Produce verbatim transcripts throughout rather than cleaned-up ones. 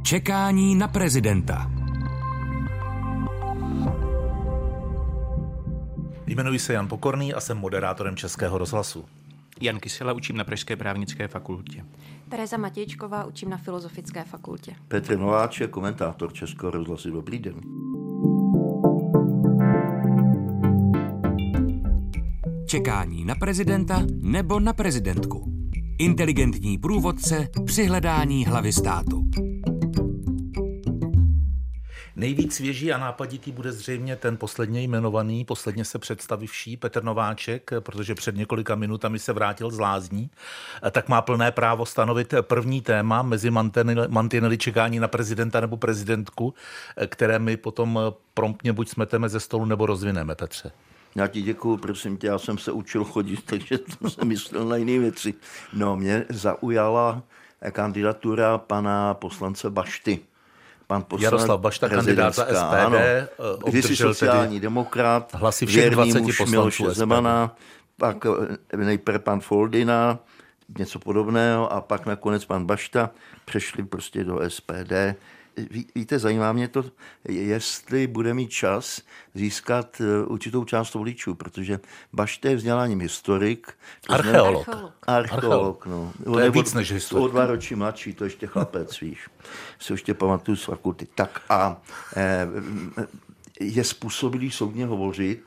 Čekání na prezidenta. Jmenuji se Jan Pokorný a jsem moderátorem Českého rozhlasu. Jan Kysela, učím na Pražské právnické fakultě. Tereza Matějčková, učím na Filozofické fakultě. Petr Nováček, komentátor Českého rozhlasu. Dobrý den. Čekání na prezidenta nebo na prezidentku. Inteligentní průvodce při hledání hlavy státu. Nejvíc svěží a nápaditý bude zřejmě ten posledně jmenovaný, posledně se představivší Petr Nováček, protože před několika minutami se vrátil z lázní, tak má plné právo stanovit první téma mezi mantinely čekání na prezidenta nebo prezidentku, které my potom promptně buď smeteme ze stolu nebo rozvineme, Petře. Já ti děkuju, prosím tě, já jsem se učil chodit, takže jsem se myslel na jiné věci. No, mě zaujala kandidatura pana poslance Bašty. Pan Jaroslav Bašta, kandidát za S P D, kdysi sociální demokrat, hlasy všech dvaceti muž poslanců Zemana, pak nejprve pan Foldina, něco podobného, a pak nakonec pan Bašta, přešli prostě do S P D. Víte, zajímá mě to, jestli bude mít čas získat určitou část voličů, protože Bašta je vzděláním historik. Archeolog. Archeolog. Archeolog, no. To je víc než historik. O dva roky mladší, to ještě chlapec, víš. Si ještě pamatuju z fakulty. Tak a e, je způsobilý soudně hovořit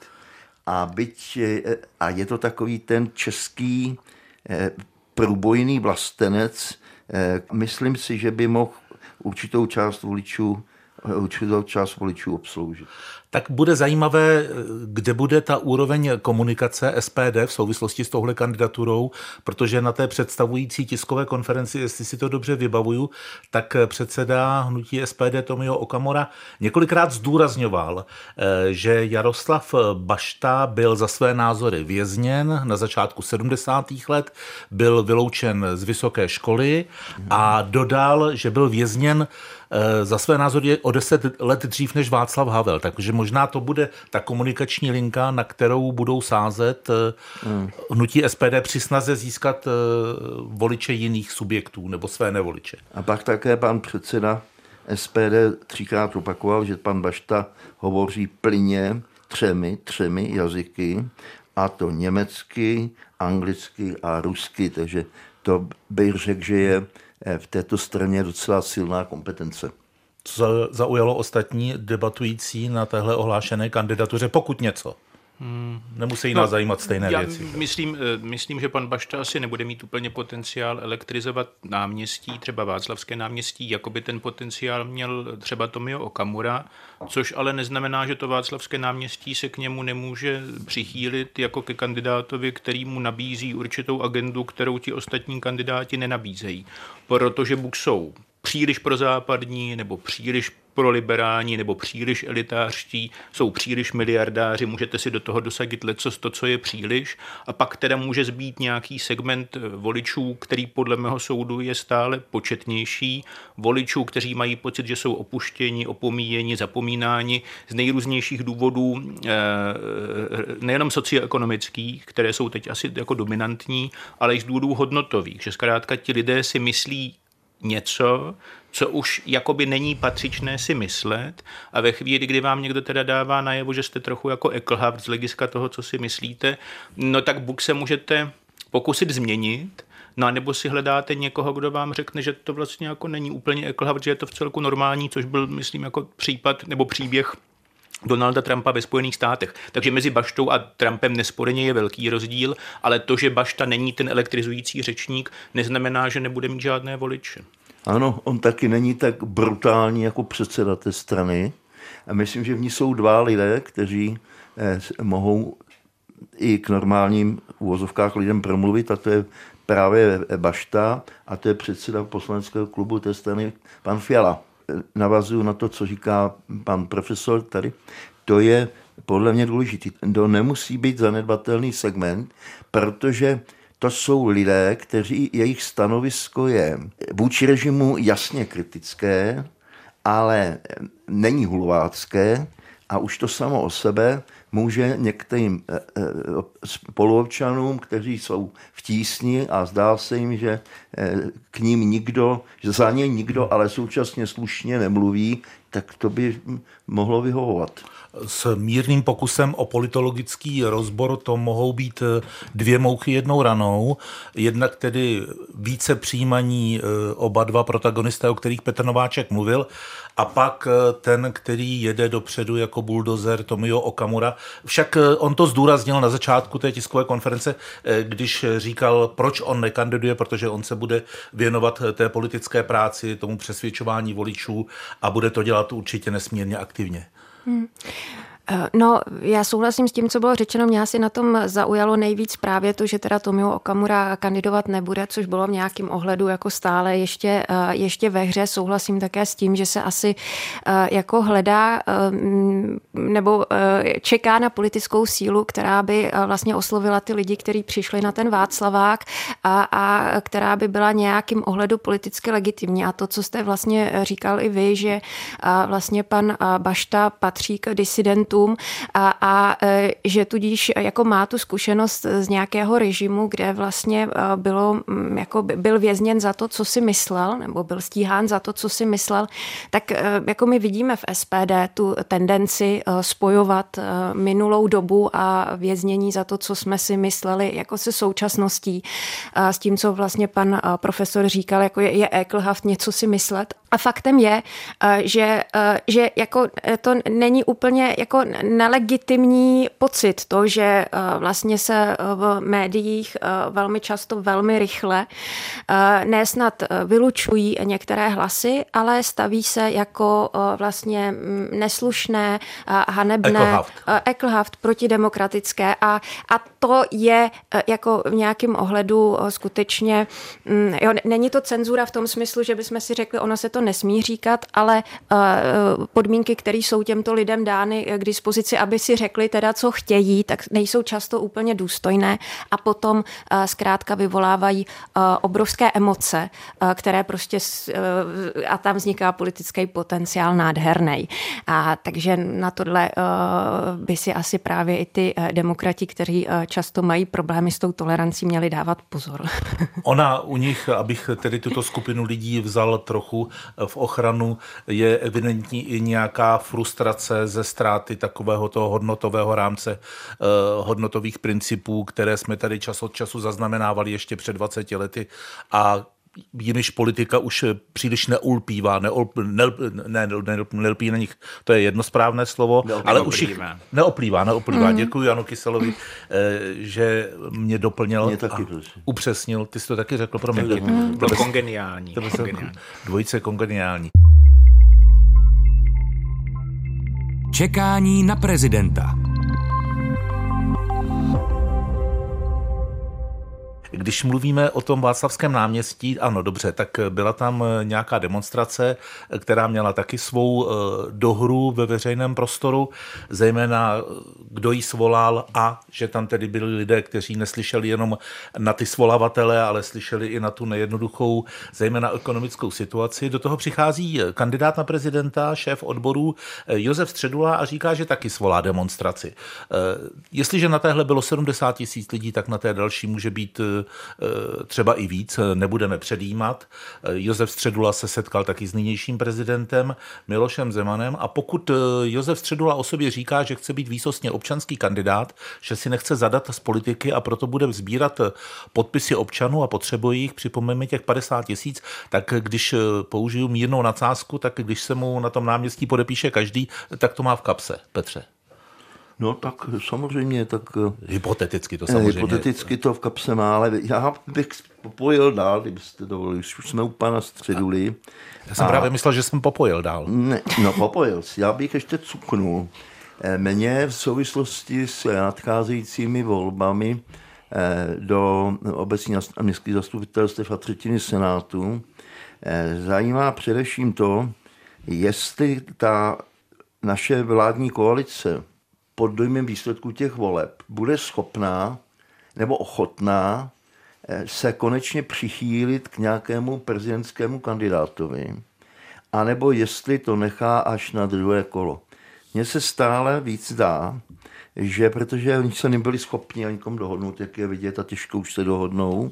a byť, a je to takový ten český e, průbojný vlastenec, e, myslím si, že by mohl určitou část voličů, určitou část voličů obsloužit. Tak bude zajímavé, kde bude ta úroveň komunikace S P D v souvislosti s touhle kandidaturou, protože na té představující tiskové konferenci, jestli si to dobře vybavuju, tak předseda hnutí S P D Tomio Okamura několikrát zdůrazňoval, že Jaroslav Bašta byl za své názory vězněn na začátku sedmdesátých let, byl vyloučen z vysoké školy a dodal, že byl vězněn za své názory o deset let dřív než Václav Havel. Takže možná to bude ta komunikační linka, na kterou budou sázet hmm. hnutí S P D při snaze získat voliče jiných subjektů nebo své nevoliče. A pak také pan předseda S P D třikrát opakoval, že pan Bašta hovoří plyně třemi, třemi jazyky, a to německy, anglicky a rusky, takže to bych řekl, že je v této straně docela silná kompetence. Co zaujalo ostatní debatující na téhle ohlášené kandidatuře, pokud něco? Hmm. Nemusí nás no, zajímat stejné já věci. Myslím, myslím, že pan Bašta asi nebude mít úplně potenciál elektrizovat náměstí, třeba Václavské náměstí, jako by ten potenciál měl třeba Tomio Okamura, což ale neznamená, že to Václavské náměstí se k němu nemůže přichýlit jako ke kandidátovi, který mu nabízí určitou agendu, kterou ti ostatní kandidáti nenabízejí. Protože buď jsou příliš prozápadní, nebo příliš proliberální, nebo příliš elitářští, jsou příliš miliardáři, můžete si do toho dosadit lecos to, co je příliš, a pak teda může zbýt nějaký segment voličů, který podle mého soudu je stále početnější, voličů, kteří mají pocit, že jsou opuštěni, opomíjeni, zapomínáni z nejrůznějších důvodů, nejenom socioekonomických, které jsou teď asi jako dominantní, ale i z důvodů hodnotových, že zkrátka ti lidé si myslí něco, co už jakoby není patřičné si myslet, a ve chvíli, kdy vám někdo teda dává najevo, že jste trochu jako eklhaft z hlediska toho, co si myslíte, no tak buď se můžete pokusit změnit, no a nebo si hledáte někoho, kdo vám řekne, že to vlastně jako není úplně eklhaft, že je to v celku normální, což byl, myslím, jako případ nebo příběh Donalda Trumpa ve Spojených státech. Takže mezi Baštou a Trumpem nesporně je velký rozdíl, ale to, že Bašta není ten elektrizující řečník, neznamená, že nebude mít žádné voliče. Ano, on taky není tak brutální jako předseda té strany. A myslím, že v ní jsou dva lidé, kteří eh, mohou i k normálním uvozovkách lidem promluvit, a to je právě Bašta a to je předseda poslaneckého klubu té strany pan Fiala. Navazuju na to, co říká pan profesor tady. To je podle mě důležitý. To nemusí být zanedbatelný segment, protože to jsou lidé, kteří jejich stanovisko je vůči režimu jasně kritické, ale není hulvácké, a už to samo o sebe může některým spoluobčanům, kteří jsou v tísni a zdá se jim, že k ním nikdo, že za ně nikdo, ale současně slušně nemluví, tak to by mohlo vyhovovat. S mírným pokusem o politologický rozbor to mohou být dvě mouchy jednou ranou. Jednak tedy více přijímaní oba dva protagonisté, o kterých Petr Nováček mluvil, a pak ten, který jede dopředu jako buldozer, Tomio Okamura. Však on to zdůraznil na začátku té tiskové konference, když říkal, proč on nekandiduje, protože on se bude věnovat té politické práci, tomu přesvědčování voličů a bude to dělat určitě nesmírně aktivně. Hmm. No, já souhlasím s tím, co bylo řečeno. Mě asi na tom zaujalo nejvíc právě to, že teda Tomio Okamura kandidovat nebude, což bylo v nějakém ohledu jako stále ještě, ještě ve hře. Souhlasím také s tím, že se asi jako hledá nebo čeká na politickou sílu, která by vlastně oslovila ty lidi, kteří přišli na ten Václavák a, a která by byla nějakým ohledu politicky legitimní. A to, co jste vlastně říkal i vy, že vlastně pan Bašta patří k disidentům, A, a že tudíž jako má tu zkušenost z nějakého režimu, kde vlastně bylo, jako byl vězněn za to, co si myslel, nebo byl stíhán za to, co si myslel, tak jako my vidíme v S P D tu tendenci spojovat minulou dobu a věznění za to, co jsme si mysleli, jako se současností, s tím, co vlastně pan profesor říkal, jako je, je ekelhaft něco si myslet. A faktem je, že, že jako to není úplně jako nelegitimní pocit to, že vlastně se v médiích velmi často velmi rychle ne snad vylučují některé hlasy, ale staví se jako vlastně neslušné, hanebné, ekelhaft, protidemokratické a, a to je jako v nějakém ohledu skutečně, jo, není to cenzura v tom smyslu, že bychom si řekli, ono se to nesmí říkat, ale podmínky, které jsou těmto lidem dány k dispozici, aby si řekli teda, co chtějí, tak nejsou často úplně důstojné a potom zkrátka vyvolávají obrovské emoce, které prostě a tam vzniká politický potenciál nádherný. A takže na tohle by si asi právě i ty demokrati, kteří často mají problémy s tou tolerancí, měli dávat pozor. Ona u nich, abych tedy tuto skupinu lidí vzal trochu v ochranu, je evidentní i nějaká frustrace ze ztráty takového toho hodnotového rámce, hodnotových principů, které jsme tady čas od času zaznamenávali ještě před dvaceti lety a jimiž politika už příliš neulpívá, neulp, ne, ne, ne, neulpí na nich, to je jedno správné slovo, neoplývá. ale už jich neoplývá, neoplývá. Mm. Děkuji Janu Kyselovi, že mě doplnil mě taky, a upřesnil. Ty jsi to taky řekl, pro mě. Mm. To kongeniální. kongeniální. Dvojice kongeniální. Čekání na prezidenta. Když mluvíme o tom Václavském náměstí, ano, dobře, tak byla tam nějaká demonstrace, která měla taky svou dohru ve veřejném prostoru, zejména kdo ji svolal a že tam tedy byli lidé, kteří neslyšeli jenom na ty svolavatele, ale slyšeli i na tu nejednoduchou, zejména ekonomickou situaci. Do toho přichází kandidát na prezidenta, šéf odborů Josef Středula a říká, že taky svolá demonstraci. Jestliže na téhle bylo sedmdesát tisíc lidí, tak na té další může být třeba i víc, nebudeme předjímat. Josef Středula se setkal taky s nynějším prezidentem Milošem Zemanem a pokud Josef Středula o sobě říká, že chce být výsostně občanský kandidát, že si nechce zadat z politiky a proto bude sbírat podpisy občanů a potřebuje jich, připomeňme těch padesát tisíc, tak když použiju mírnou nadsázku, tak když se mu na tom náměstí podepíše každý, tak to má v kapse, Petře. No tak samozřejmě, tak... Hypoteticky to samozřejmě. Hypoteticky to v kapse má, ale já bych popojil dál, kdybyste dovolili. Už jsme u pana Středuly. Já jsem a... právě myslel, že jsem popojil dál. Ne, no popojil. Já bych ještě cuknul. Mně v souvislosti s nadcházejícími volbami do obecní a městských zastupitelstev a třetiny senátu zajímá především to, jestli ta naše vládní koalice pod dojmem výsledků těch voleb bude schopná nebo ochotná se konečně přichýlit k nějakému prezidentskému kandidátovi, anebo jestli to nechá až na druhé kolo. Mně se stále víc zdá, že protože oni se nebyli schopni nikom dohodnout, jak je vidět, a těžko už se dohodnou,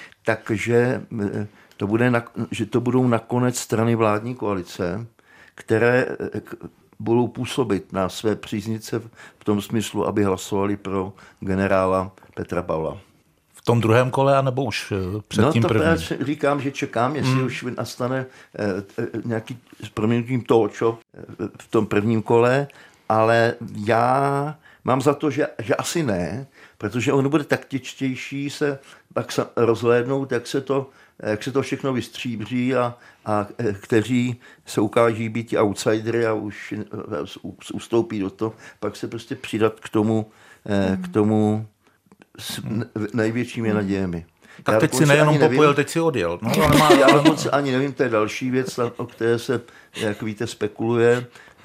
takže to, bude, že to budou nakonec strany vládní koalice, které budou působit na své příznice v tom smyslu, aby hlasovali pro generála Petra Pavla. V tom druhém kole, anebo už před no, tím prvním? No to říkám, že čekám, jestli hmm. už nastane eh, nějaký s proměnutím toho, čo v tom prvním kole, ale já mám za to, že, že asi ne, protože on bude taktičtější se pak rozhlédnout, jak se to, jak se to všechno vystříbří a, a kteří se ukáží být ti outsidery a už ustoupí do toho, pak se prostě přidat k tomu, hmm. k tomu s největšími nadějemi. Tak já teď si nejenom popojil, teď si odjel. No, ale má, já dokonce ani nevím, to je další věc, o které se, jak víte, spekuluje.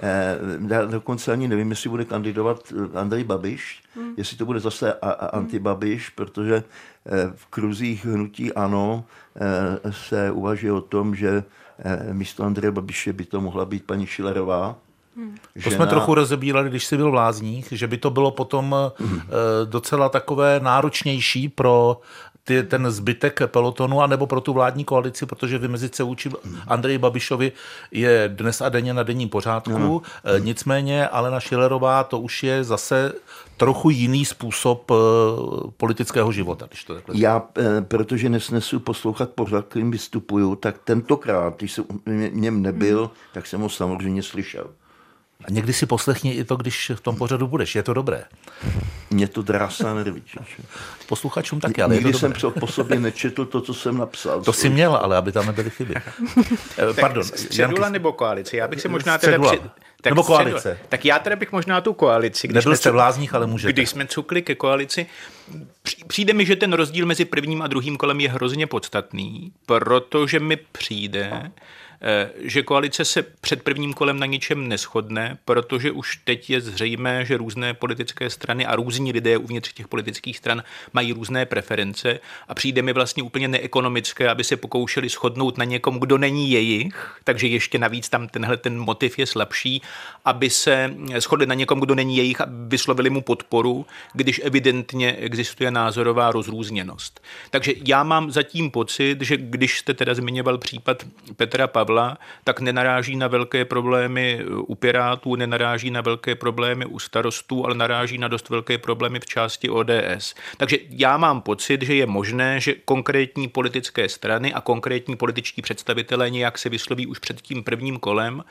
Já dokonce ani nevím, jestli bude kandidovat Andrej Babiš, hmm. jestli to bude zase anti-Babiš, protože v kruzích hnutí ANO se uvažuje o tom, že místo Andreje Babiše by to mohla být paní Schillerová. Hmm. To jsme trochu rozebírali, když jsi byl v Lázních, že by to bylo potom hmm. docela takové náročnější pro ty, ten zbytek pelotonu, anebo pro tu vládní koalici, protože vymezit se vůči Andreji Babišovi je dnes a denně na denním pořádku. Hmm. Nicméně Alena Schillerová, to už je zase trochu jiný způsob politického života. Když to takhle Já, protože nesnesu poslouchat pořád, kterým vystupuju, tak tentokrát, když jsem v něm nebyl, hmm. tak jsem ho samozřejmě slyšel. A někdy si poslechni i to, když v tom pořadu budeš. Je to dobré. Mě to drásá nerviče. Posluchačům taky, ale Nikdy je to jsem dobré. po sobě nečetl to, co jsem napsal. To si měl, ale aby tam nebyly chyby. Pardon. Středula nebo koalice? Já bych se možná teda... Při... Tak nebo koalice. Středula. Tak já teda bych možná tu koalici. Když Nebyl jste v Lázních, ale můžete. Když jsme cukli ke koalici, přijde mi, že ten rozdíl mezi prvním a druhým kolem je hrozně podstatný, protože mi přijde, že koalice se před prvním kolem na ničem neshodne, protože už teď je zřejmé, že různé politické strany a různí lidé uvnitř těch politických stran mají různé preference a přijde mi vlastně úplně neekonomické, aby se pokoušeli shodnout na někom, kdo není jejich, takže ještě navíc tam tenhle ten motiv je slabší, aby se shodli na někom, kdo není jejich a vyslovili mu podporu, když evidentně existuje názorová rozrůzněnost. Takže já mám zatím pocit, že když jste teda zmiňoval případ Petra Pavla, tak nenaráží na velké problémy u Pirátů, nenaráží na velké problémy u Starostů, ale naráží na dost velké problémy v části O D S. Takže já mám pocit, že je možné, že konkrétní politické strany a konkrétní političtí představitelé nějak se vysloví už před tím prvním kolem,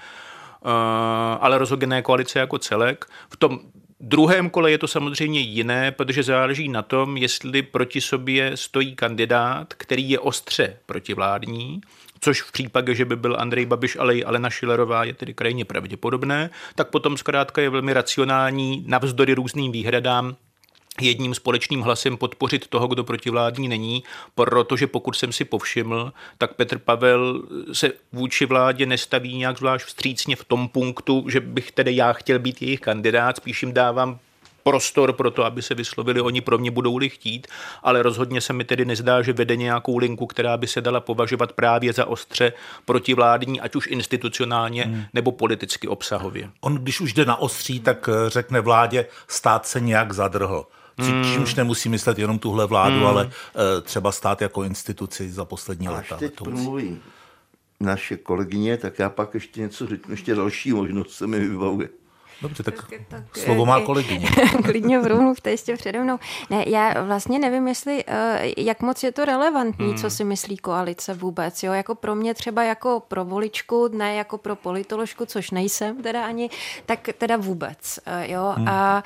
ale rozhodně koalice jako celek. V tom druhém kole je to samozřejmě jiné, protože záleží na tom, jestli proti sobě stojí kandidát, který je ostře protivládní, což v případě, že by byl Andrej Babiš, ale i Alena Schillerová je tedy krajně pravděpodobné, tak potom zkrátka je velmi racionální navzdory různým výhradám jedním společným hlasem podpořit toho, kdo protivládní není, protože pokud jsem si povšiml, tak Petr Pavel se vůči vládě nestaví nějak zvlášť vstřícně v tom punktu, že bych tedy já chtěl být jejich kandidát, spíš jim dávám prostor pro to, aby se vyslovili, oni pro mě budou-li chtít, ale rozhodně se mi tedy nezdá, že vede nějakou linku, která by se dala považovat právě za ostře protivládní, ať už institucionálně hmm. nebo politicky obsahově. On, když už jde na ostří, tak řekne vládě, stát se nějak zadrhl. Hmm. Čímž nemusí myslet jenom tuhle vládu, hmm. ale e, třeba stát jako instituci za poslední Až léta. Až teď promluví naše kolegyně, tak já pak ještě něco řeknu, ještě další možnost se mi vybavuje. Dobře, tak, tak, tak slovo má kolegyně. Klidně promluvte ještě přede mnou. Ne, já vlastně nevím, jestli, jak moc je to relevantní, hmm. co si myslí koalice vůbec. Jo? Jako pro mě třeba jako pro voličku, ne jako pro politoložku, což nejsem teda ani, tak teda vůbec. Jo? Hmm. A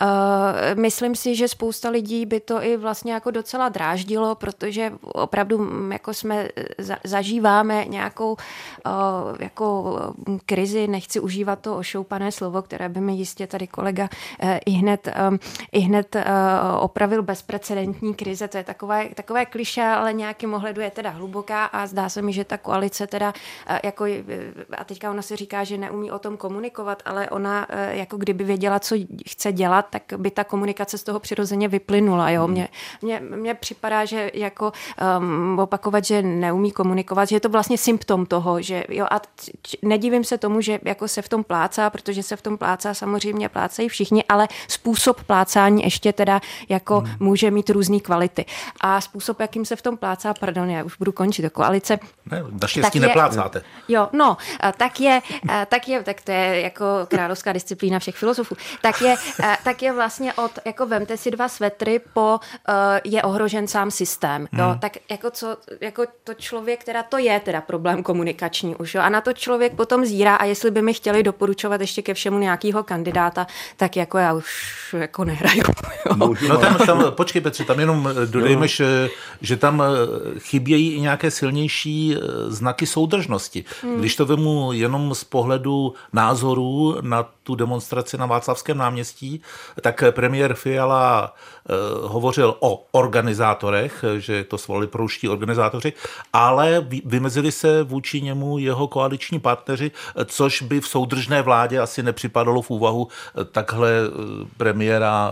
uh, myslím si, že spousta lidí by to i vlastně jako docela dráždilo, protože opravdu jako jsme za, zažíváme nějakou uh, jako krizi, nechci užívat to ošoupané slovo, které by mi jistě tady kolega eh, i hned, eh, i hned eh, opravil bezprecedentní krize. To je takové, takové klišé, ale nějakým ohledu je teda hluboká a zdá se mi, že ta koalice teda eh, jako, a teďka ona si říká, že neumí o tom komunikovat, ale ona eh, jako kdyby věděla, co chce dělat, tak by ta komunikace z toho přirozeně vyplynula. Jo? Mně, mně, mně připadá, že jako um, opakovat, že neumí komunikovat, že je to vlastně symptom toho, že jo, a nedivím se tomu, že jako se v tom plácá, protože se v tom tom plácá, samozřejmě plácají všichni, ale způsob plácání ještě teda jako hmm. může mít různý kvality. A způsob, jakým se v tom plácá, pardon, já už budu končit do koalice. Ne, naštěstí neplácáte. Jo, no, tak je, tak je, tak to je jako královská disciplína všech filozofů, tak je, tak je vlastně od, jako vemte si dva svetry po je ohrožen sám systém, jo, hmm. tak jako co, jako to člověk, teda to je teda problém komunikační už, jo, a na to člověk potom zírá a jestli by mi chtěli doporučovat ještě ke všemu nějakýho kandidáta, tak jako já už jako nehraju. Jo. No tam, tam, počkej Petře, tam jenom dodejme, že, že tam chybějí i nějaké silnější znaky soudržnosti. Hmm. Když to vemu jenom z pohledu názorů na tu demonstraci na Václavském náměstí, tak premiér Fiala uh, hovořil o organizátorech, že to svolali prouští organizátoři, ale vymezili se vůči němu jeho koaliční partneři, což by v soudržné vládě asi nepřipadalo v úvahu takhle premiéra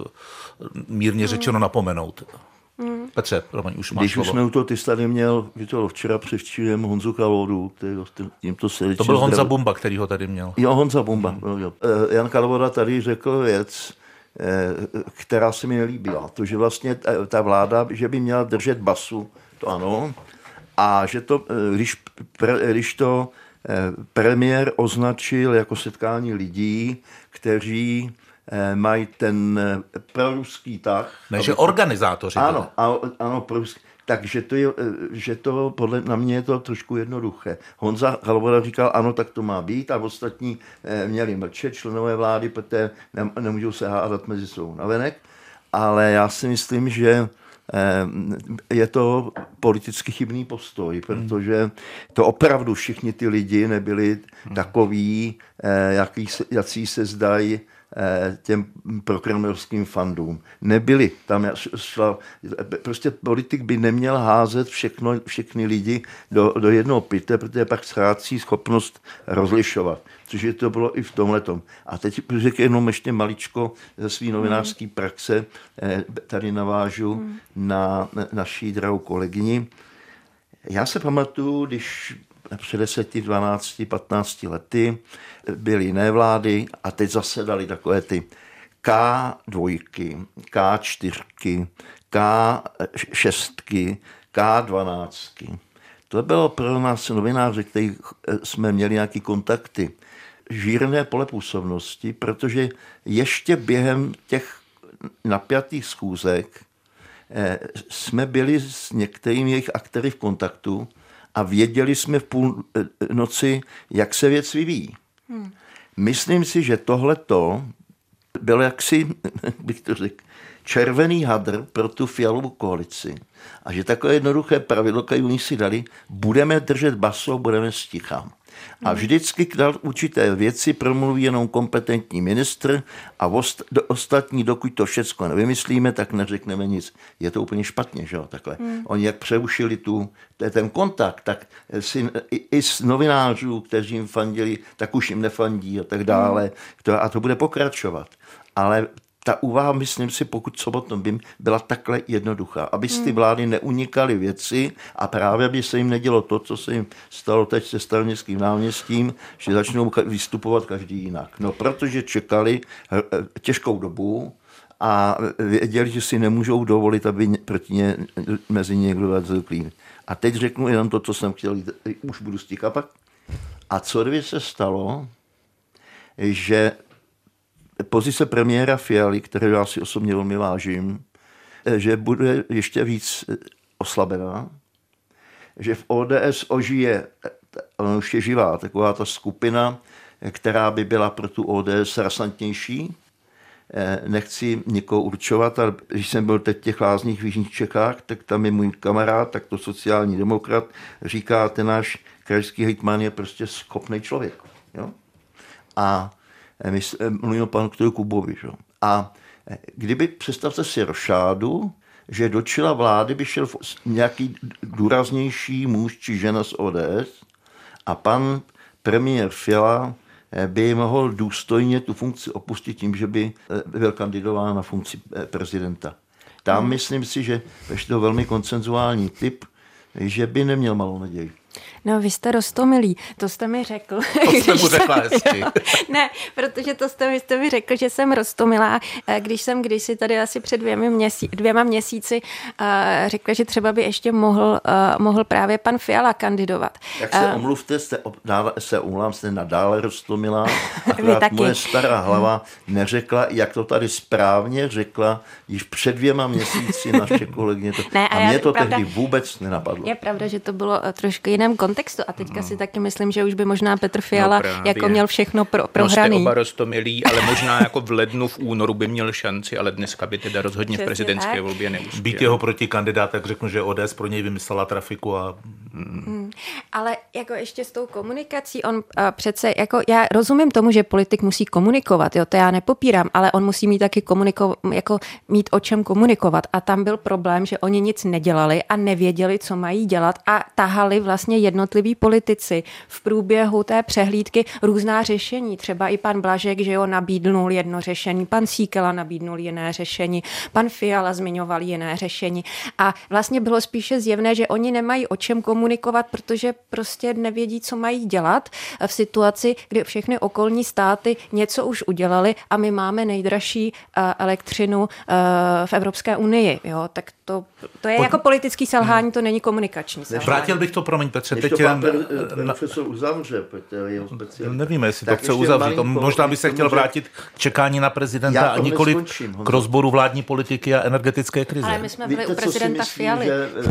mírně řečeno napomenout. Hmm. Petře, Romaň, už máš Když slovo. už jsme u toho, ty jsi tady měl to včera převčírem Honzu Kalvodu, který tímto srdečně To byl Honza zdrav... Bumba, který ho tady měl. Jo, Honza Bumba. Hmm. Jo. Jan Kalvoda tady řekl věc, která se mi nelíbila. To, že vlastně ta vláda, že by měla držet basu, to ano, a že to, když, když to premiér označil jako setkání lidí, kteří mají ten proruský tah. Ne, že organizátoři. Ano, ano, ano proruský. Takže to je, že to podle na mě je to trošku jednoduché. Honza Kalvoda říkal, ano, tak to má být a ostatní měli mlčet, členové vlády, protože nemůžou se hádat mezi sebou navenek, ale já si myslím, že je to politicky chybný postoj, protože to opravdu všichni ty lidi nebyli takoví, jaký, jací se zdají těm prokremelským fandům. Nebyli. Tam šla, prostě politik by neměl házet všechno, všechny lidi do, do jednoho pytle, protože pak ztrácí schopnost rozlišovat. Což je to bylo i v tomhletom. A teď řekl jenom ještě maličko ze své novinářské praxe. Tady navážu hmm. na naší drahou kolegyni. Já se pamatuju, když před deseti, dvanácti, patnácti lety byly jiné vlády a teď zasedaly takové ty ká dva, ká čtyři, ká šest, ká dvanáct. To bylo pro nás novináři, kteří jsme měli nějaké kontakty, žírné pole působnosti, protože ještě během těch napjatých schůzek jsme byli s některými jejich aktéry v kontaktu a věděli jsme v půl noci, jak se věc vyvíjí. Hmm. Myslím si, že tohleto bylo jaksi, bych to řekl, červený hadr pro tu Fialovu koalici. A že takové jednoduché pravidlo, které oni si dali, budeme držet baso, budeme sticha. A vždycky dal určité věci promluví jenom kompetentní ministr a ost, do, ostatní, dokud to všecko nevymyslíme, tak neřekneme nic. Je to úplně špatně, že jo, takhle. Hmm. Oni jak přeušili tu, ten kontakt, tak si i, i s novinářů, kteří jim fandili, tak už jim nefandí a tak dále. Hmm. To, a to bude pokračovat. Ale ta úvaha, myslím si, pokud sobotnou bym, byla takhle jednoduchá, aby z ty vlády neunikaly věci a právě by se jim nedělo to, co se jim stalo teď se Staroměstským náměstím, že začnou vystupovat každý jinak. No, protože čekali těžkou dobu a věděli, že si nemůžou dovolit, aby proti ně, mezi ně někdo dal klín. A teď řeknu jenom to, co jsem chtěl, už budu stíkat pak. A co kdyby se stalo, že pozice premiéra Fialy, které já si osobně velmi vážím, že bude ještě víc oslabená, že v O D S ožije, ona už je živá, taková ta skupina, která by byla pro tu O D S rasantnější. Nechci nikoho určovat, ale když jsem byl teď v těch Lázních v Jižních Čechách, tak tam je můj kamarád, tak to sociální demokrat, říká, ten náš krajský hejtman je prostě schopný člověk. Jo? A mluvím o panu doktoru Kubovi. Že? A kdyby, představte si Rošádu, že do čela vlády by šel nějaký důraznější muž či žena z O D S a pan premiér Fiala by mohl důstojně tu funkci opustit tím, že by byl kandidován na funkci prezidenta. Tam hmm. myslím si, že je to velmi konsenzuální typ, že by neměl malou naději. No, vy jste roztomilý, to jste mi řekl. To jste mu řekla hezky. Ne, protože to jste, jste mi řekl, že jsem roztomilá, když jsem kdysi tady asi před dvěma, měsí, dvěma měsíci uh, řekla, že třeba by ještě mohl, uh, mohl právě pan Fiala kandidovat. Tak se uh, omluvte, jste, dále, se omlám, jste nadále roztomilá, akorát moje stará hlava neřekla, jak to tady správně řekla již před dvěma měsíci naše kolegyně. To, ne, a, a mě to pravda, tehdy vůbec nenapadlo. Je pravda, že to bylo trošku jiném kontextu a teďka hmm. si taky myslím, že už by možná Petr Fiala no jako měl všechno pro, prohraný. No jste oba roztomilí, ale možná jako v lednu, v únoru by měl šanci, ale dneska by teda rozhodně Přesně v prezidentské tak. volbě neuspěl. Být jeho protikandidát, tak řeknu, že O D S pro něj vymyslela trafiku a... Hmm. Hmm. Ale jako ještě s tou komunikací, on uh, přece, jako já rozumím tomu, že politik musí komunikovat, jo, to já nepopírám, ale on musí mít taky komunikovat, jako mít o čem komunikovat a tam byl problém, že oni nic nedělali a nevěděli, co mají dělat a tahali vlastně jednotliví politici v průběhu té přehlídky různá řešení. Třeba i pan Blažek, že jo, nabídnul jedno řešení, pan Síkela nabídnul jiné řešení, pan Fiala zmiňoval jiné řešení a vlastně bylo spíše zjevné, že oni nemají o čem komunikovat, protože prostě nevědí, co mají dělat v situaci, kdy všechny okolní státy něco už udělali a my máme nejdražší elektřinu v Evropské unii. Jo? Tak to, to je Pojď... jako politický selhání, to není komunikační selhání. Vrátil bych to, promiň Petře, teď to pan profesor uzavře, protože jeho speciální. Nevíme, jestli tak to chce uzavřít. Možná by se chtěl vrátit k čekání na prezidenta a nikoli k rozboru vládní politiky a energetické krize. Ale my jsme byli Víte, u prezidenta Fialy.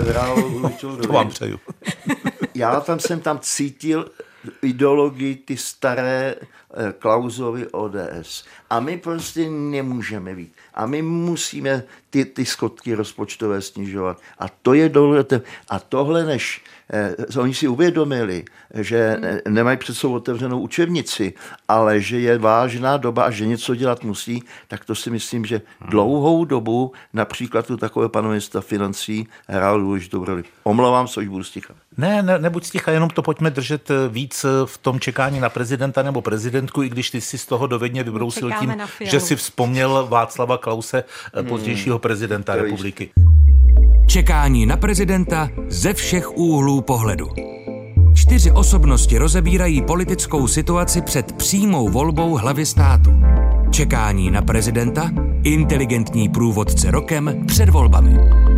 To vám přeju. Já tam jsem tam cítil ideologii ty staré Klausovy O D S. A my prostě nemůžeme být. A my musíme ty, ty schodky rozpočtové snižovat. A to je důležité. A tohle, než eh, oni si uvědomili, že ne, nemají před sebou otevřenou učebnici, ale že je vážná doba a že něco dělat musí, tak to si myslím, že dlouhou dobu například tu takové pan ministra financí hrál důležitou roli. Omlouvám se, už budu stichat. Ne, ne, nebuď sticha, jenom to pojďme držet víc v tom čekání na prezidenta nebo prezidentku, i když ty si z toho dovedně vybrousil tím, že si vzpomněl Václava Klause, hmm. pozdějšího prezidenta to republiky. Čekání na prezidenta ze všech úhlů pohledu. Čtyři osobnosti rozebírají politickou situaci před přímou volbou hlavy státu. Čekání na prezidenta, inteligentní průvodce rokem před volbami.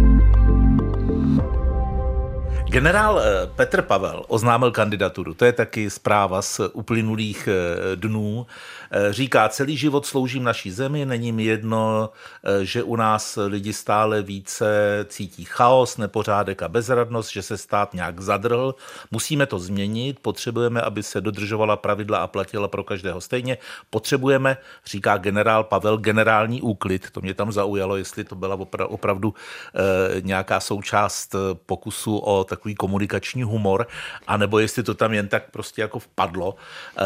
Generál Petr Pavel oznámil kandidaturu, to je taky zpráva z uplynulých dnů. Říká, celý život sloužím naší zemi, není mi jedno, že u nás lidi stále více cítí chaos, nepořádek a bezradnost, že se stát nějak zadrhl. Musíme to změnit, potřebujeme, aby se dodržovala pravidla a platila pro každého stejně. Potřebujeme, říká generál Pavel, generální úklid. To mě tam zaujalo, jestli to byla opravdu nějaká součást pokusu o takový komunikační humor, anebo jestli to tam jen tak prostě jako vpadlo,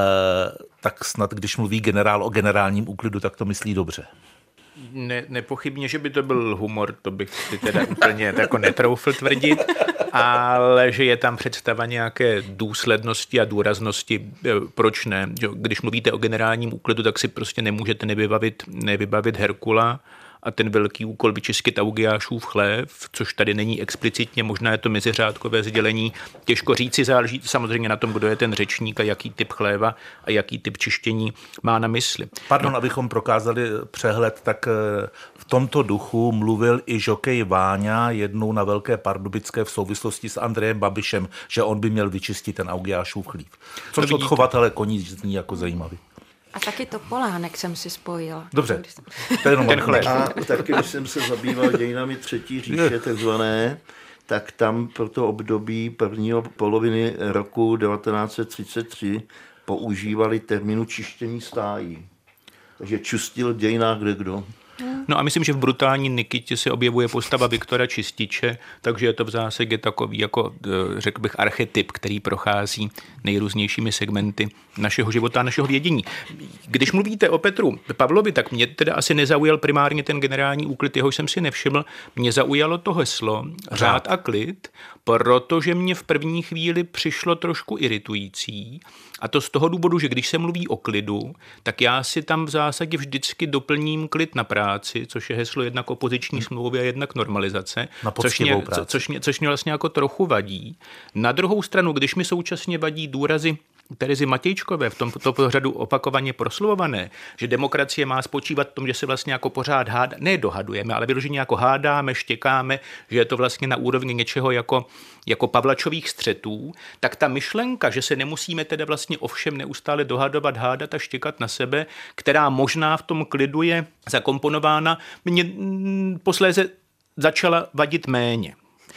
tak snad, když mluví generál o generálním úklidu, tak to myslí dobře. Ne, nepochybně, že by to byl humor, to bych si teda úplně jako netroufl tvrdit, ale že je tam představa nějaké důslednosti a důraznosti, proč ne? Když mluvíte o generálním úklidu, tak si prostě nemůžete nevybavit, nevybavit Herkula a ten velký úkol vyčistit Augiášův chlév, což tady není explicitně, možná je to meziřádkové sdělení. Těžko říci, záleží samozřejmě na tom, kdo je ten řečník a jaký typ chléva a jaký typ čištění má na mysli. Pardon, no. Abychom prokázali přehled, tak v tomto duchu mluvil i žokej Váňa jednou na Velké Pardubické v souvislosti s Andrejem Babišem, že on by měl vyčistit ten Augiášův chlév. Což od chovatele koní zní jako zajímavý. A taky Topolánek jsem si spojila. Dobře, to je jenom ten chleb. A taky, když jsem se zabýval dějinami třetí říše, takzvané, tak tam pro to období prvního poloviny roku devatenáct set třicet tři používali termínu čištění stájí. Takže čistil v dějinách kdekdo. No a myslím, že v Brutální Nikitě se objevuje postava Viktora Čističe, takže je to v zásadě takový, jako řekl bych, archetyp, který prochází nejrůznějšími segmenty našeho života a našeho vědění. Když mluvíte o Petru Pavlovi, tak mě teda asi nezaujal primárně ten generální úklid, jehož jsem si nevšiml. Mě zaujalo to heslo řád a klid, protože mě v první chvíli přišlo trošku iritující. A to z toho důvodu, že když se mluví o klidu, tak já si tam v zásadě vždycky doplním klid na práci. práci, což je heslo jednak opoziční smlouvy a jednak normalizace, Na což mě, práci. což, mě, což mě vlastně jako trochu vadí. Na druhou stranu, když mi současně vadí důrazy Terezy Matějčkové v tomto pořadu opakovaně proslovované, že demokracie má spočívat v tom, že se vlastně jako pořád hádá, ne dohadujeme, ale vyloženě jako hádáme, štěkáme, že je to vlastně na úrovni něčeho jako, jako Pavlačových střetů, tak ta myšlenka, že se nemusíme teda vlastně ovšem neustále dohadovat, hádat a štěkat na sebe, která možná v tom klidu je zakomponována, mě posléze začala vadit méně.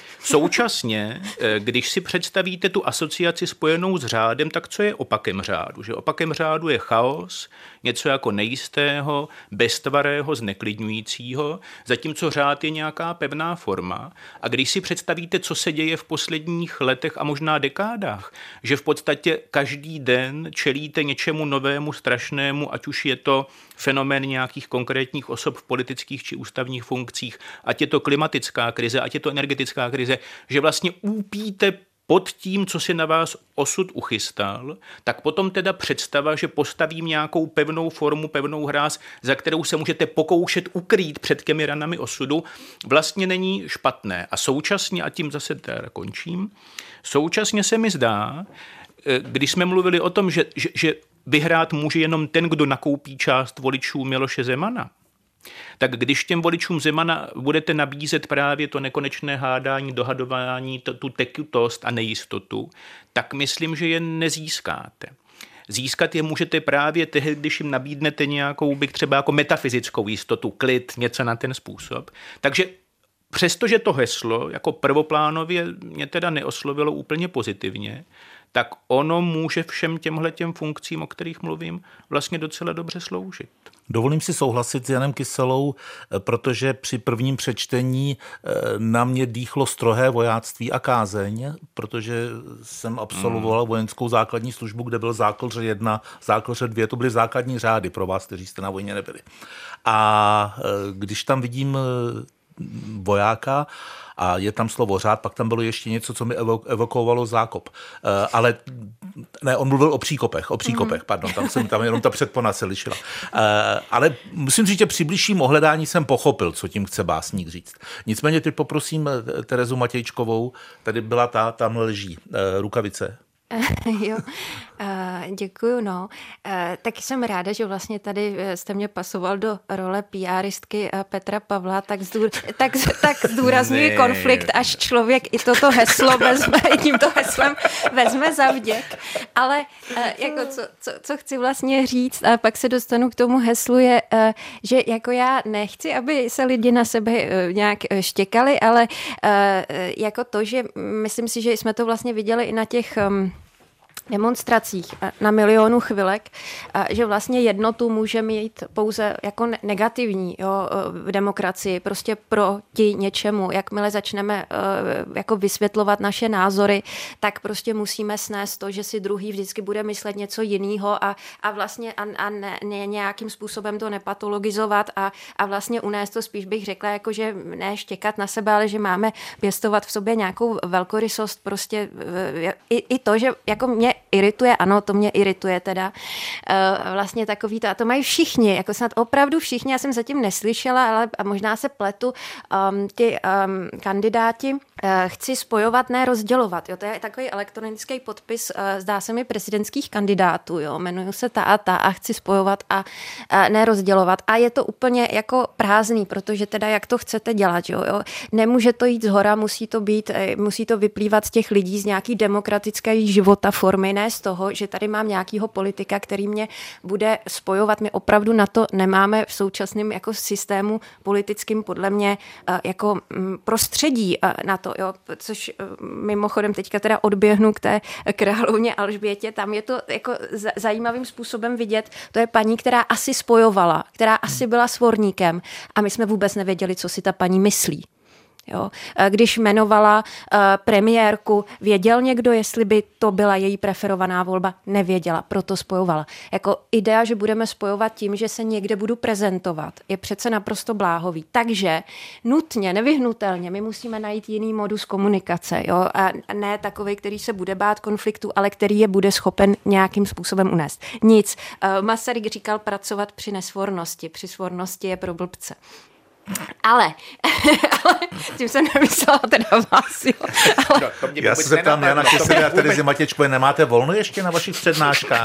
Současně, když si představíte tu asociaci spojenou s řádem, tak co je opakem řádu? Že opakem řádu je chaos, něco jako nejistého, beztvarého, zneklidňujícího, zatímco řád je nějaká pevná forma. A když si představíte, co se děje v posledních letech a možná dekádách, že v podstatě každý den čelíte něčemu novému, strašnému, ať už je to fenomén nějakých konkrétních osob v politických či ústavních funkcích, ať je to klimatická krize, ať je to energetická krize, že vlastně úpíte pod tím, co si na vás osud uchystal, tak potom teda představa, že postavím nějakou pevnou formu, pevnou hráz, za kterou se můžete pokoušet ukrýt před těmi ranami osudu, vlastně není špatné. A současně, a tím zase teda končím, současně se mi zdá, když jsme mluvili o tom, že, že, že vyhrát může jenom ten, kdo nakoupí část voličů Miloše Zemana, tak když těm voličům Zemana budete nabízet právě to nekonečné hádání, dohadování, to, tu tekutost a nejistotu, tak myslím, že je nezískáte. Získat je můžete právě tehdy, když jim nabídnete nějakou, bych třeba jako metafyzickou jistotu, klid, něco na ten způsob. Takže přestože to heslo jako prvoplánově mě teda neoslovilo úplně pozitivně, tak ono může všem těmhletěm funkcím, o kterých mluvím, vlastně docela dobře sloužit. Dovolím si souhlasit s Janem Kyselou, protože při prvním přečtení na mě dýchlo strohé vojáctví a kázeň, protože jsem absolvoval vojenskou základní službu, kde byl záklře jedna, záklře dvě, to byly základní řády pro vás, kteří jste na vojně nebyli. A když tam vidím vojáka a je tam slovo řád, pak tam bylo ještě něco, co mi evokovalo zákop. Ale ne, on mluvil o příkopech, o příkopech, pardon, tam jsem tam jenom ta předpona se lišila. Ale musím říct, že při bližším ohledání jsem pochopil, co tím chce básník říct. Nicméně teď poprosím Terezu Matějčkovou, tady byla ta, tam leží rukavice. Jo, děkuju, no. Tak jsem ráda, že vlastně tady jste mě pasoval do role píáristky Petra Pavla, tak, zdůr, tak, tak zdůrazňuji konflikt, až člověk i toto heslo vezme, tímto heslem vezme za vděk. Ale jako co, co, co chci vlastně říct, a pak se dostanu k tomu heslu, je, že jako já nechci, aby se lidi na sebe nějak štěkali, ale jako to, že myslím si, že jsme to vlastně viděli i na těch demonstracích na milionu chvilek, že vlastně jednotu může mít pouze jako negativní, jo, v demokracii, prostě proti něčemu. Jakmile začneme jako vysvětlovat naše názory, tak prostě musíme snést to, že si druhý vždycky bude myslet něco jiného a, a vlastně a, a ne, ne, nějakým způsobem to nepatologizovat a, a vlastně unést to spíš bych řekla, jako že ne štěkat na sebe, ale že máme pěstovat v sobě nějakou velkorysost, prostě i, i to, že jako mě irituje, ano, to mě irituje teda, vlastně takový to, a to mají všichni, jako snad opravdu všichni, já jsem zatím neslyšela, ale a možná se pletu, um, ti um, kandidáti uh, chci spojovat, ne rozdělovat, jo, to je takový elektronický podpis, uh, zdá se mi prezidentských kandidátů, jo, jmenuju se ta a ta a chci spojovat a uh, ne rozdělovat a je to úplně jako prázdný, protože teda jak to chcete dělat, jo, jo, nemůže to jít zhora, musí to být, musí to vyplývat z těch lidí, z nějaký demokratické života formy, ne z toho, že tady mám nějakýho politika, který mě bude spojovat. My opravdu na to nemáme v současném jako systému politickým podle mě jako prostředí na to, jo, což mimochodem teďka teda odběhnu k té královně Alžbětě, tam je to jako zajímavým způsobem vidět, to je paní, která asi spojovala, která asi byla svorníkem a my jsme vůbec nevěděli, co si ta paní myslí. Jo. Když jmenovala uh, premiérku, věděl někdo, jestli by to byla její preferovaná volba? Nevěděla, proto spojovala. Jako idea, že budeme spojovat tím, že se někde budu prezentovat, je přece naprosto bláhový. Takže nutně, nevyhnutelně, my musíme najít jiný modus komunikace. Jo? A ne takový, který se bude bát konfliktu, ale který je bude schopen nějakým způsobem unést. Nic. Uh, Masaryk říkal pracovat při nesvornosti. Při svornosti je pro blbce. Ale, ale tím jsem nemyslela teda vás, jo. Ale... Já se zeptám Jana Kysely a Terezy Matěčkové, nemáte volno ještě na vašich přednáškách?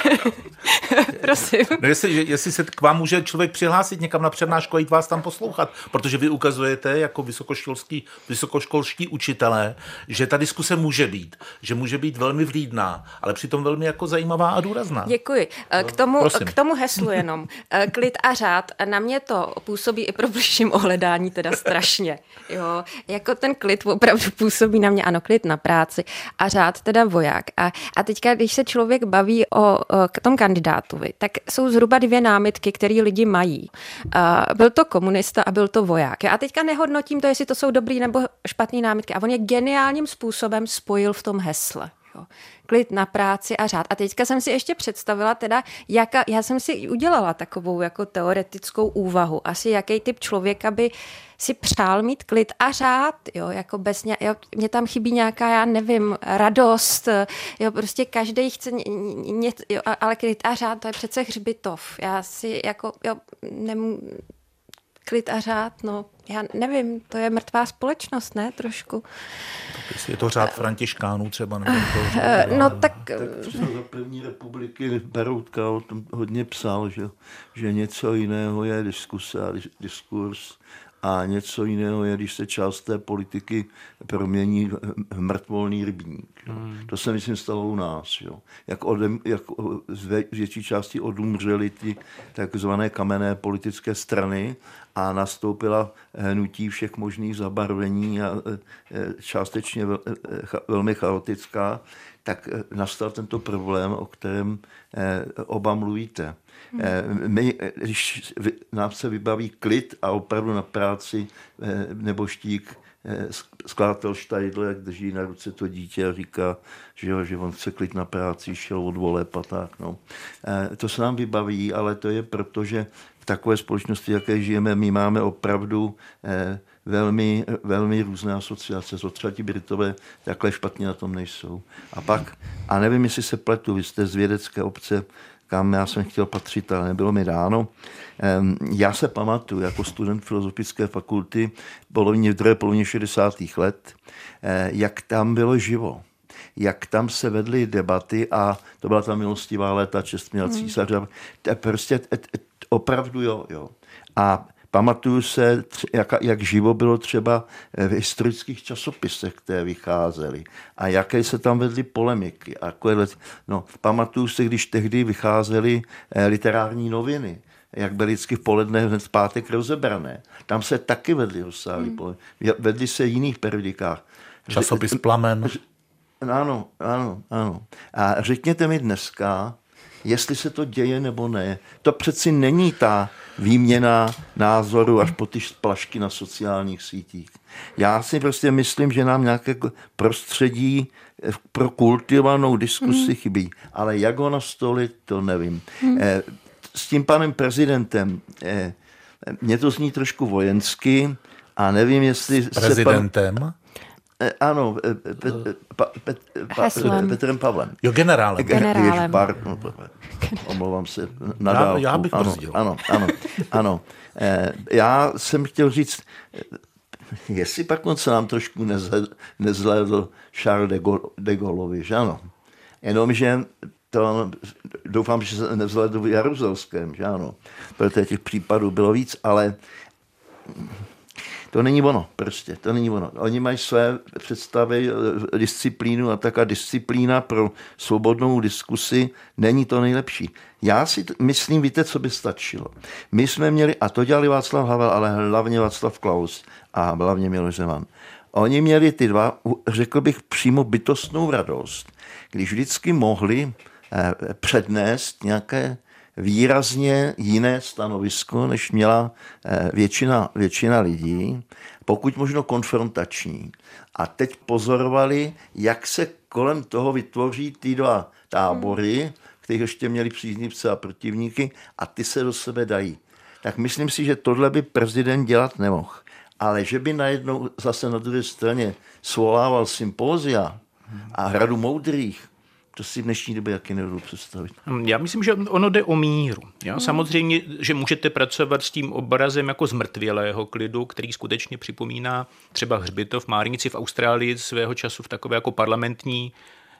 Prosím. No jestli, jestli se k vám může člověk přihlásit někam na přednášku a jít vás tam poslouchat, protože vy ukazujete jako vysokoškolský, vysokoškolští učitelé, že ta diskuse může být, že může být velmi vlídná, ale přitom velmi jako zajímavá a důrazná. Děkuji. K tomu, k tomu heslu jenom. Klid a řád. Na mě to působí i pro bližším ohledání teda strašně. Jo, jako ten klid opravdu působí na mě, ano, klid na práci a řád teda voják. A, a teďka, když se člověk baví o, o tom kandidátovi, tak jsou zhruba dvě námitky, které lidi mají. A byl to komunista a byl to voják. A teďka nehodnotím to, jestli to jsou dobrý nebo špatný námitky. A on je geniálním způsobem spojil v tom hesle. Jo. Klid na práci a řád. A teďka jsem si ještě představila teda, jaka, já jsem si udělala takovou jako teoretickou úvahu. Asi jaký typ člověka by si přál mít klid a řád, jo, jako bez ně, jo, mě tam chybí nějaká, já nevím, radost, jo, prostě každý chce ně, ně, jo, ale klid a řád, to je přece hřbitov. Já si jako, jo, nemů, klid a řád, no, já nevím, to je mrtvá společnost, ne, trošku. Tak je to řád františkánů třeba, nevím to. No tak... tak třeba za první republiky Beroutka o tom hodně psal, že, že něco jiného je diskuse a diskurs a něco jiného je, když se část té politiky promění v mrtvolný rybník. Hmm. To se, myslím, stalo u nás. Jo. Jak, odem, jak z větší části odumřely ty takzvané kamenné politické strany a nastoupila hnutí všech možných zabarvení a částečně velmi chaotická, tak nastal tento problém, o kterém oba mluvíte. My, když nám se vybaví klid a opravdu na práci neboštík skladatel Štajdl, jak drží na ruce to dítě a říká, že, jo, že on chce klid na práci, šel od voleb a tak. No. To se nám vybaví, ale to je proto, že v takové společnosti, jaké žijeme, my máme opravdu velmi, velmi různé asociace. Třeba ti Britové takhle špatně na tom nejsou. A pak, a nevím, jestli se pletu, vy jste z vědecké obce, kam já jsem chtěl patřit, ale nebylo mi dáno. Já se pamatuju jako student filozofické fakulty polovině, v druhé polovině šedesátých let, jak tam bylo živo, jak tam se vedly debaty a to byla ta milostivá léta, čest měl císař. Hmm. Prostě opravdu jo, jo. A pamatuju se, jak, jak živo bylo třeba v historických časopisech, které vycházely a jaké se tam vedly polemiky. A no, pamatuju se, když tehdy vycházely literární noviny, jak byly vždycky v poledne hned v pátek rozebrané. Tam se taky vedly rozsáhlé hmm. polemiky. Vedly se v jiných periodikách. Časopis Plamen. Ano, ano, ano. A řekněte mi dneska, jestli se to děje nebo ne. To přeci není ta výměna názoru až po ty splašky na sociálních sítích. Já si prostě myslím, že nám nějaké prostředí pro kultivovanou diskusi mm. chybí. Ale jak ho nastolit, to nevím. Mm. S tím panem prezidentem mě to zní trošku vojensky a nevím, jestli... S prezidentem? Pan... Ano, Pet, pa, Pet, pa, Petrem Pavlem. Jo, generálem. Generálem. Bar, no, omlouvám se na dálku. Já, já bych ano, brzdil. Ano, ano, ano. Já jsem chtěl říct, jestli pak on se nám trošku nezhlédl Charles de, Gaulle, de Gaulleovi, že ano. Jenomže to, doufám, že se nevzhlédl v Jaruzelském, že ano. Protože těch případů bylo víc, ale... To není ono, prostě, to není ono. Oni mají své představy, disciplínu a taká disciplína pro svobodnou diskusi není to nejlepší. Já si myslím, víte, co by stačilo. My jsme měli, a to dělali Václav Havel, ale hlavně Václav Klaus a hlavně Miloš Zeman. Oni měli ty dva, řekl bych, přímo bytostnou radost, když vždycky mohli přednést nějaké výrazně jiné stanovisko, než měla většina, většina lidí, pokud možno konfrontační. A teď pozorovali, jak se kolem toho vytvoří ty dva tábory, které ještě měli příznivce a protivníky, a ty se do sebe dají. Tak myslím si, že tohle by prezident dělat nemohl. Ale že by najednou zase na druhé straně svolával sympózia a hradu moudrých, to si v dnešní době taky nebudu představit. Já myslím, že ono jde o míru. Jo? Samozřejmě, že můžete pracovat s tím obrazem jako zmrtvělého klidu, který skutečně připomíná třeba hřbitov Márnici v Austrálii svého času v takové jako parlamentní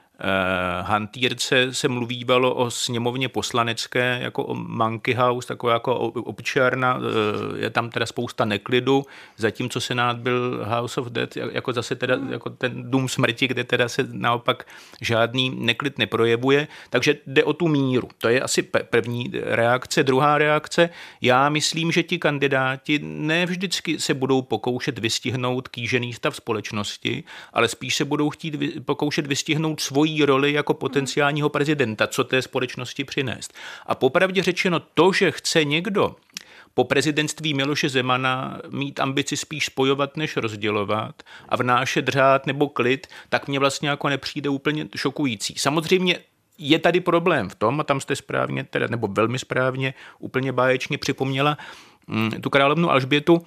Uh, hantýrce se mluvívalo o sněmovně poslanecké jako o monkey house, taková jako občárna, uh, je tam teda spousta neklidu, zatímco Senát byl House of Death, jako zase teda jako ten dům smrti, kde teda se naopak žádný neklid neprojevuje, takže jde o tu míru. To je asi první reakce. Druhá reakce, já myslím, že ti kandidáti ne vždycky se budou pokoušet vystihnout kýžený stav společnosti, ale spíš se budou chtít vy, pokoušet vystihnout svou roli jako potenciálního prezidenta, co té společnosti přinést. A popravdě řečeno, to, že chce někdo po prezidentství Miloše Zemana mít ambici spíš spojovat, než rozdělovat a vnášet řád nebo klid, tak mně vlastně jako nepřijde úplně šokující. Samozřejmě je tady problém v tom, a tam jste správně, teda, nebo velmi správně, úplně báječně připomněla mm, tu královnu Alžbětu,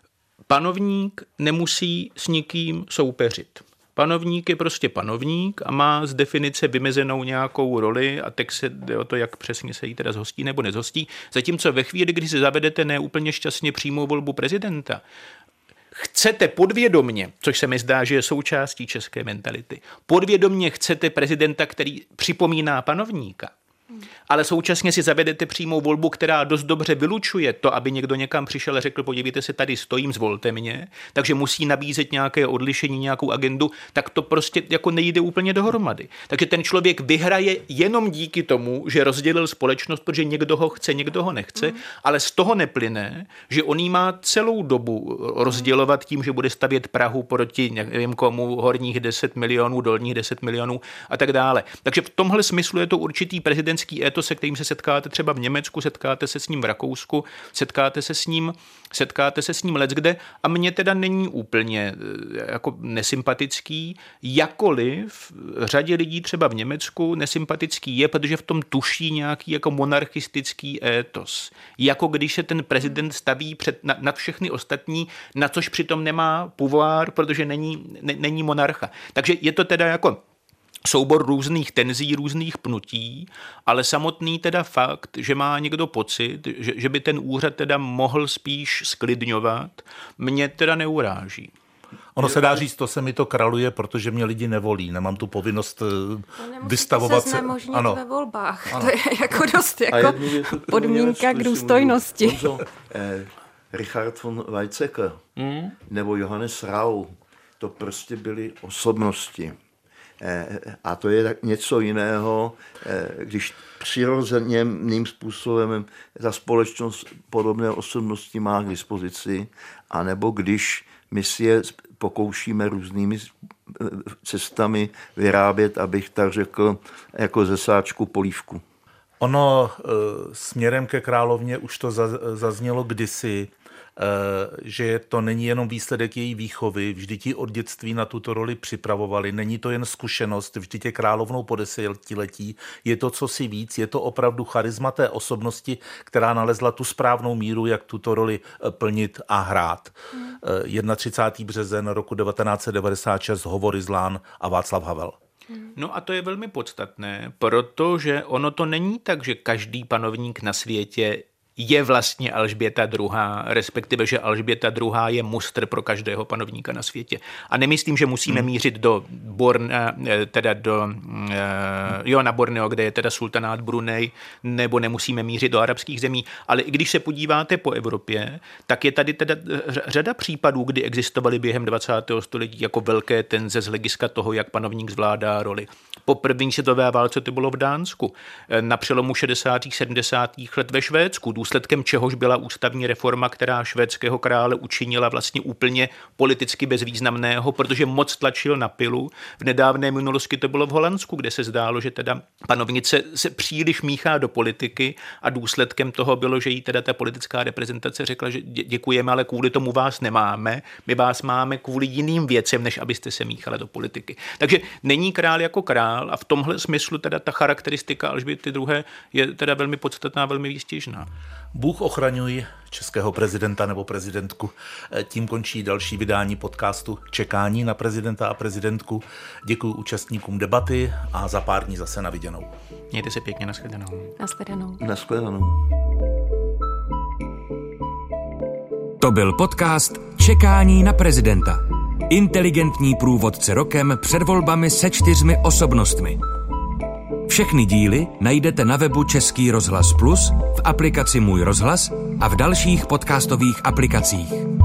panovník nemusí s nikým soupeřit. Panovník je prostě panovník a má z definice vymezenou nějakou roli a teď se jde o to, jak přesně se jí teda zhostí nebo nezhostí. Zatímco ve chvíli, kdy si zavedete neúplně šťastně přímou volbu prezidenta, chcete podvědomně, což se mi zdá, že je součástí české mentality, podvědomně chcete prezidenta, který připomíná panovníka, ale současně si zavedete přímou volbu, která dost dobře vylučuje to, aby někdo někam přišel a řekl, podívejte se, tady stojím, zvolte mě, takže musí nabízet nějaké odlišení, nějakou agendu, tak to prostě jako nejde úplně dohromady. Takže ten člověk vyhraje jenom díky tomu, že rozdělil společnost, protože někdo ho chce, někdo ho nechce, mm. ale z toho neplyne, že on jí má celou dobu rozdělovat tím, že bude stavět Prahu proti nevím komu, horních deset milionů, dolních deset milionů a tak dále. Takže v tomhle smyslu je to určitý prezidentský étos, se kterým se setkáte třeba v Německu, setkáte se s ním v Rakousku, setkáte se s ním, setkáte se s ním leckde a mně teda není úplně jako nesympatický, jakkoliv řadě lidí třeba v Německu nesympatický je, protože v tom tuší nějaký jako monarchistický étos. Jako když se ten prezident staví před, na, nad všechny ostatní, na což přitom nemá pouvoir, protože není, ne, není monarcha. Takže je to teda jako soubor různých tenzí, různých pnutí, ale samotný teda fakt, že má někdo pocit, že, že by ten úřad teda mohl spíš sklidňovat, mě teda neuráží. Ono se dá říct, to se mi to kraluje, protože mě lidi nevolí. Nemám tu povinnost vystavovat se. Nemusíte se znemožnit ve volbách. Ano. To je jako dost jako podmínka k důstojnosti. Honzo, eh, Richard von Weizsäcker hmm? nebo Johannes Rau, to prostě byly osobnosti. A to je tak něco jiného, když přirozeným způsobem ta společnost podobné osobnosti má k dispozici, anebo když my si je pokoušíme různými cestami vyrábět, abych tak řekl, jako ze sáčku polívku. Ono směrem ke královně už to zaznělo kdysi, že to není jenom výsledek její výchovy, vždyť ji od dětství na tuto roli připravovali, není to jen zkušenost, vždyť je královnou po desetiletí, je to cosi víc, je to opravdu charisma té osobnosti, která nalezla tu správnou míru, jak tuto roli plnit a hrát. Hmm. třicátého prvního březen roku devatenáct set devadesát šest, Hovory z Lán a Václav Havel. No a to je velmi podstatné, protože ono to není tak, že každý panovník na světě je vlastně Alžběta druhá, respektive, že Alžběta druhá je mustr pro každého panovníka na světě. A nemyslím, že musíme hmm. mířit do Bornea, teda do jo, na Borneo, kde je teda sultanát Brunei, nebo nemusíme mířit do arabských zemí, ale i když se podíváte po Evropě, tak je tady teda řada případů, kdy existovaly během dvacátého století jako velké tenze z hlediska toho, jak panovník zvládá roli. Po první světové válce to bylo v Dánsku, na přelomu šedesátých sedmdesátých let ve Švédsku, důsledkem čehož byla ústavní reforma, která švédského krále učinila vlastně úplně politicky bezvýznamného, protože moc tlačil na pilu. V nedávné minulosti to bylo v Holandsku, kde se zdálo, že teda panovnice se příliš míchá do politiky a důsledkem toho bylo, že jí teda ta politická reprezentace řekla, že děkujeme, ale kvůli tomu vás nemáme, my vás máme kvůli jiným věcem, než abyste se míchali do politiky. Takže není král jako král a v tomhle smyslu teda ta charakteristika Alžběty druhé. je teda velmi podstatná, velmi výstěžná. Bůh ochraňuj českého prezidenta nebo prezidentku. Tím končí další vydání podcastu Čekání na prezidenta a prezidentku. Děkuji účastníkům debaty a za pár dní zase na viděnou. Mějte se pěkně, nashledanou. Nashledanou. Nashledanou. To byl podcast Čekání na prezidenta. Inteligentní průvodce rokem před volbami se čtyřmi osobnostmi. Všechny díly najdete na webu Český rozhlas Plus, v aplikaci Můj rozhlas a v dalších podcastových aplikacích.